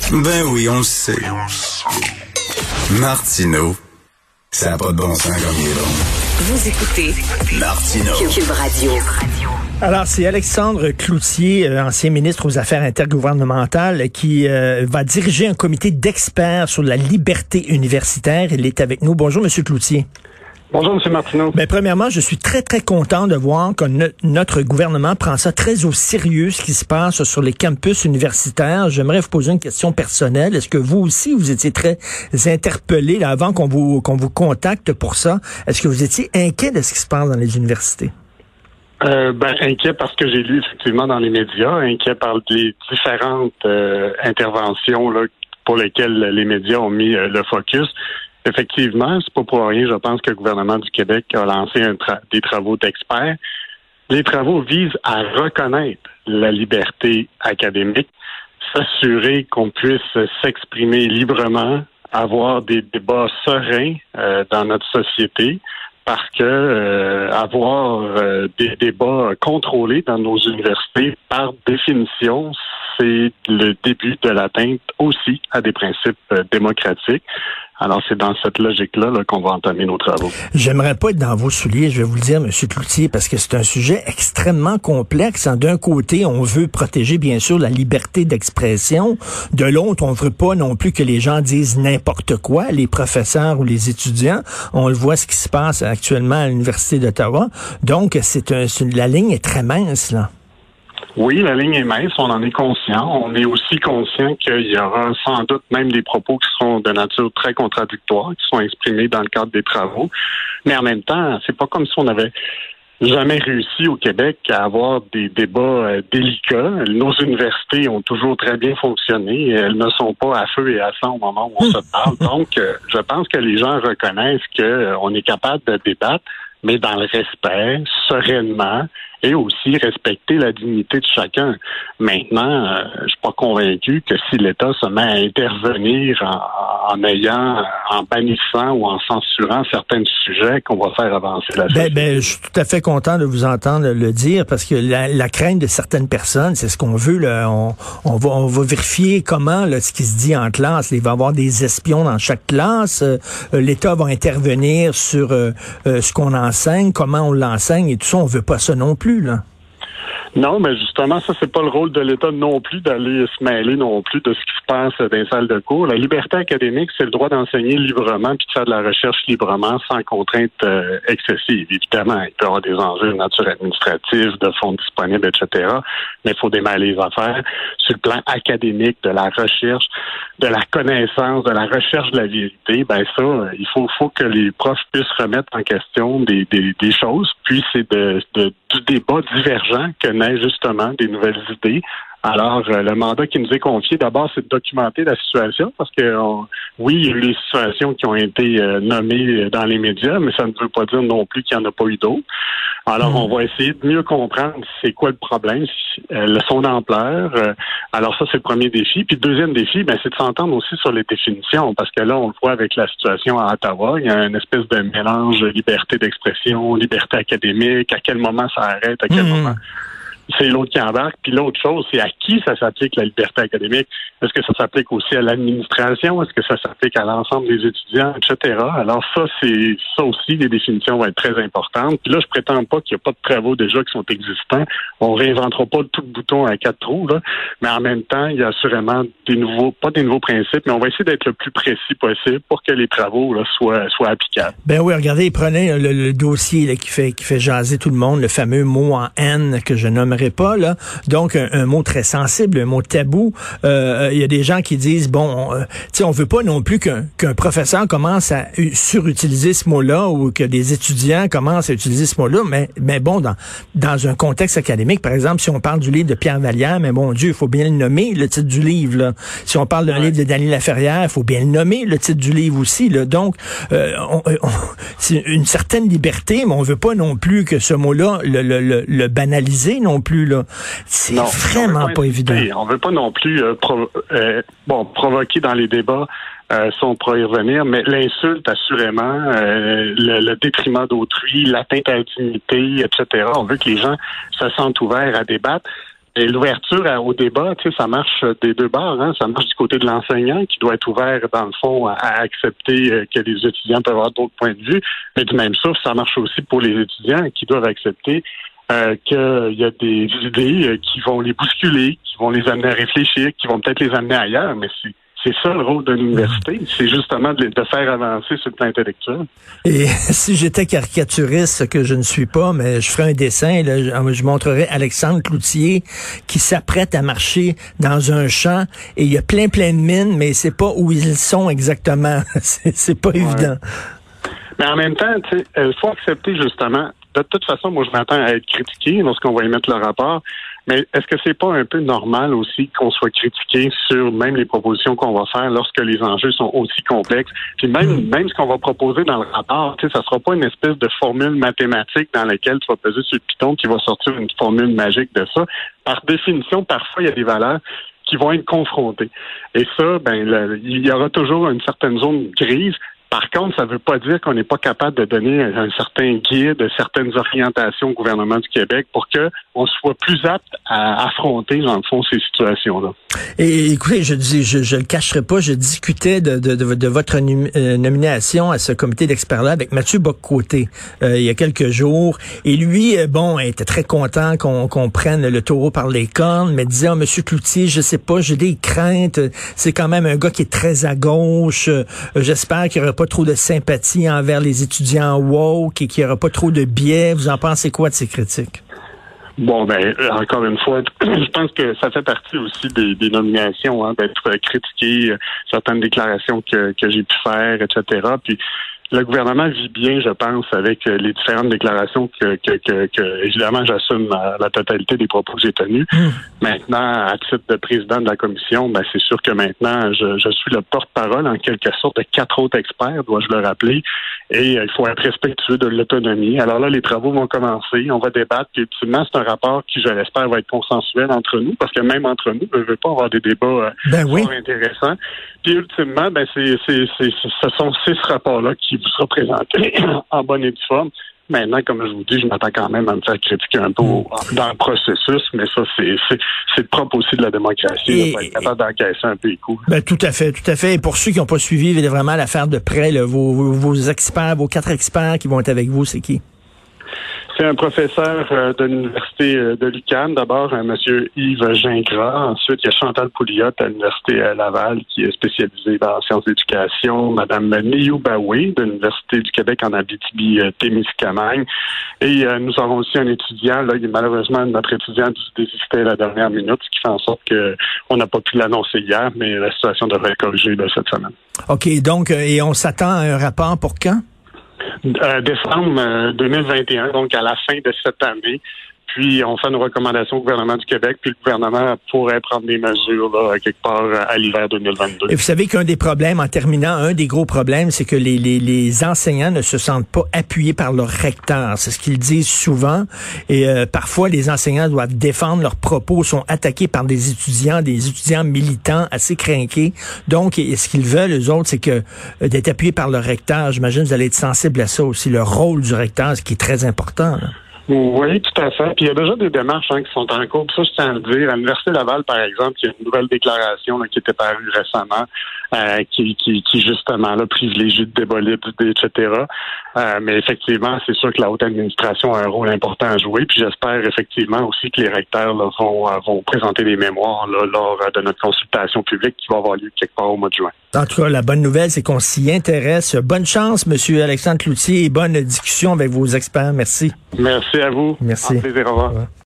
Ben oui, on le sait. Martineau, ça n'a pas de bon sens comme il est long. Vous écoutez Martineau. Cube Radio. Alors, c'est Alexandre Cloutier, ancien ministre aux Affaires intergouvernementales, qui va diriger un comité d'experts sur la liberté universitaire. Il est avec nous. Bonjour, Monsieur Cloutier. Bonjour, M. Martineau. Ben, premièrement, je suis très, très content de voir que notre gouvernement prend ça très au sérieux, ce qui se passe sur les campus universitaires. J'aimerais vous poser une question personnelle. Est-ce que vous aussi, vous étiez très interpellé là, avant qu'on vous contacte pour ça? Est-ce que vous étiez inquiet de ce qui se passe dans les universités? Inquiet parce que j'ai lu effectivement dans les médias, inquiet par les différentes interventions là, pour lesquelles les médias ont mis le focus. Effectivement, c'est pas pour rien, je pense que le gouvernement du Québec a lancé des travaux d'experts. Les travaux visent à reconnaître la liberté académique, s'assurer qu'on puisse s'exprimer librement, avoir des débats sereins dans notre société, parce que avoir des débats contrôlés dans nos universités, par définition, c'est le début de l'atteinte aussi à des principes démocratiques. Alors, c'est dans cette logique-là qu'on va entamer nos travaux. J'aimerais pas être dans vos souliers, je vais vous le dire, M. Cloutier, parce que c'est un sujet extrêmement complexe. D'un côté, on veut protéger, bien sûr, la liberté d'expression. De l'autre, on veut pas non plus que les gens disent n'importe quoi, les professeurs ou les étudiants. On le voit ce qui se passe actuellement à l'Université d'Ottawa. Donc, la ligne est très mince, là. Oui, la ligne est mince, on en est conscient. On est aussi conscient qu'il y aura sans doute même des propos qui seront de nature très contradictoire, qui sont exprimés dans le cadre des travaux. Mais en même temps, c'est pas comme si on avait jamais réussi au Québec à avoir des débats délicats. Nos universités ont toujours très bien fonctionné. Elles ne sont pas à feu et à sang au moment où on se parle. Donc, je pense que les gens reconnaissent qu'on est capable de débattre, mais dans le respect, sereinement, et aussi respecter la dignité de chacun. Maintenant, je suis pas convaincu que si l'État se met à intervenir en bannissant ou en censurant certains sujets, qu'on va faire avancer la société. Je suis tout à fait content de vous entendre le dire, parce que la crainte de certaines personnes, c'est ce qu'on veut, là. On va vérifier comment, là, ce qui se dit en classe. Il va y avoir des espions dans chaque classe. L'État va intervenir sur ce qu'on enseigne, comment on l'enseigne et tout ça. On veut pas ça non plus, là. Non, mais justement, ça, c'est pas le rôle de l'État non plus d'aller se mêler non plus de ce qui se passe dans les salles de cours. La liberté académique, c'est le droit d'enseigner librement puis de faire de la recherche librement sans contrainte excessive. Évidemment, il peut y avoir des enjeux de nature administrative, de fonds disponibles, etc. Mais il faut démêler les affaires sur le plan académique, de la recherche, de la connaissance, de la recherche de la vérité. Il faut que les profs puissent remettre en question des choses. Puis c'est du débat divergent que naît justement des nouvelles idées. Alors, le mandat qui nous est confié, d'abord, c'est de documenter la situation, parce que, oui, il y a eu des situations qui ont été nommées dans les médias, mais ça ne veut pas dire non plus qu'il n'y en a pas eu d'autres. Alors, on va essayer de mieux comprendre c'est quoi le problème, son ampleur. Alors, ça, c'est le premier défi. Puis, le deuxième défi, c'est de s'entendre aussi sur les définitions, parce que là, on le voit avec la situation à Ottawa, il y a une espèce de mélange de liberté d'expression, liberté académique, à quel moment ça arrête, à quel moment c'est l'autre qui embarque. Puis l'autre chose, c'est à qui ça s'applique, la liberté académique. Est-ce que ça s'applique aussi à l'administration? Est-ce que ça s'applique à l'ensemble des étudiants, etc.? Alors ça aussi, les définitions vont être très importantes. Puis là, je prétends pas qu'il n'y a pas de travaux déjà qui sont existants. On réinventera pas tout le bouton à 4 trous, là. Mais en même temps, il y a assurément pas des nouveaux principes, mais on va essayer d'être le plus précis possible pour que les travaux là, soient applicables. Ben oui, regardez, prenez le dossier là, qui fait jaser tout le monde, le fameux mot en haine que je nommerai pas, là. Donc, un mot très sensible, un mot tabou. Il y a des gens qui disent, on veut pas non plus qu'un professeur commence à surutiliser ce mot-là ou que des étudiants commencent à utiliser ce mot-là, mais bon, dans un contexte académique, par exemple, si on parle du livre de Pierre Vallière, mais bon Dieu, il faut bien le nommer, le titre du livre, là. Si on parle d'un livre de Dany Laferrière, il faut bien le nommer, le titre du livre aussi, là. Donc, c'est une certaine liberté, mais on veut pas non plus que ce mot-là, le banaliser non plus, là. C'est vraiment pas évident. On veut pas non plus provoquer dans les débats, si on pourra y revenir, mais l'insulte, assurément, le détriment d'autrui, l'atteinte à la dignité, etc. On veut que les gens se sentent ouverts à débattre. Et l'ouverture au débat, ça marche des deux bords. Hein? Ça marche du côté de l'enseignant qui doit être ouvert, dans le fond, à accepter que les étudiants peuvent avoir d'autres points de vue. Mais du même souffle, ça marche aussi pour les étudiants qui doivent accepter qu'il y a des idées qui vont les bousculer, qui vont les amener à réfléchir, qui vont peut-être les amener ailleurs, mais c'est ça le rôle d'une université, c'est justement de faire avancer sur le plan intellectuel. Et si j'étais caricaturiste, ce que je ne suis pas, mais je ferais un dessin, là, je montrerais Alexandre Cloutier qui s'apprête à marcher dans un champ et il y a plein de mines, mais c'est pas où ils sont exactement. c'est pas évident. Mais en même temps, il faut accepter justement. De toute façon, moi, je m'attends à être critiqué lorsqu'on va émettre le rapport. Mais est-ce que c'est pas un peu normal aussi qu'on soit critiqué sur même les propositions qu'on va faire lorsque les enjeux sont aussi complexes? Puis même ce qu'on va proposer dans le rapport, ça sera pas une espèce de formule mathématique dans laquelle tu vas peser sur le piton qui va sortir une formule magique de ça. Par définition, parfois, il y a des valeurs qui vont être confrontées. Et ça, il y aura toujours une certaine zone grise. Par contre, ça ne veut pas dire qu'on n'est pas capable de donner un certain guide, certaines orientations au gouvernement du Québec pour qu'on soit plus apte à affronter, dans le fond, ces situations-là. Et écoutez, je le cacherai pas, je discutais de votre nomination à ce comité d'experts-là avec Mathieu Bock-Côté il y a quelques jours. Et lui, était très content qu'on prenne le taureau par les cornes, mais disait, Monsieur Cloutier, je sais pas, j'ai des craintes. C'est quand même un gars qui est très à gauche. J'espère qu'il n'y aura pas trop de sympathie envers les étudiants woke et qu'il n'y aura pas trop de biais. Vous en pensez quoi de ces critiques? Bon, encore une fois, je pense que ça fait partie aussi des nominations, d'être critiqué, certaines déclarations que j'ai pu faire, etc. Puis le gouvernement vit bien, je pense, avec les différentes déclarations que évidemment, j'assume la totalité des propos que j'ai tenus. Maintenant, à titre de président de la commission, c'est sûr que maintenant, je suis le porte-parole, en quelque sorte, de 4 autres experts, dois-je le rappeler, et il faut être respectueux de l'autonomie. Alors là, les travaux vont commencer, on va débattre, puis ultimement, c'est un rapport qui, je l'espère, va être consensuel entre nous, parce que même entre nous, on ne veut pas avoir des débats fort intéressants. Puis ultimement, ce sont 6 rapports-là qui vous sera présenté en bonne et due forme. Maintenant, comme je vous dis, je m'attends quand même à me faire critiquer un peu dans le processus, mais ça, c'est propre aussi de la démocratie, de être capable d'encaisser un peu les coups. Tout à fait. Et pour ceux qui n'ont pas suivi vraiment l'affaire de près, là, vos experts, vos 4 experts qui vont être avec vous, c'est qui? C'est un professeur de l'Université de l'UQAM, d'abord, M. Yves Gingras. Ensuite, il y a Chantal Pouliot à l'Université Laval, qui est spécialisée dans sciences d'éducation. Mme Niyou Baoué, de l'Université du Québec en Abitibi-Témiscamingue. Et nous aurons aussi un étudiant, là, malheureusement, notre étudiant désistait à la dernière minute, ce qui fait en sorte qu'on n'a pas pu l'annoncer hier, mais la situation devrait être corrigée cette semaine. OK, donc, et on s'attend à un rapport pour quand? Décembre 2021, donc à la fin de cette année. Puis, on fait une recommandation au gouvernement du Québec, puis le gouvernement pourrait prendre des mesures là, quelque part à l'hiver 2022. Et vous savez qu'un des problèmes, en terminant, un des gros problèmes, c'est que les enseignants ne se sentent pas appuyés par leur recteur. C'est ce qu'ils disent souvent. Et parfois, les enseignants doivent défendre leurs propos, sont attaqués par des étudiants militants assez crinqués. Donc, ce qu'ils veulent, eux autres, c'est que d'être appuyés par leur recteur. J'imagine que vous allez être sensible à ça aussi, le rôle du recteur, ce qui est très important, là. Oui, tout à fait. Puis il y a déjà des démarches qui sont en cours. Puis ça, je tiens à le dire. À l'Université Laval, par exemple, il y a une nouvelle déclaration qui était parue récemment, qui justement là, privilégie le débat libre, etc. Mais effectivement, c'est sûr que la haute administration a un rôle important à jouer. Puis j'espère effectivement aussi que les recteurs là, vont présenter des mémoires là, lors de notre consultation publique qui va avoir lieu quelque part au mois de juin. En tout cas, la bonne nouvelle, c'est qu'on s'y intéresse. Bonne chance, M. Alexandre Cloutier, et bonne discussion avec vos experts. Merci. Merci à vous. Merci. Un plaisir. Au revoir.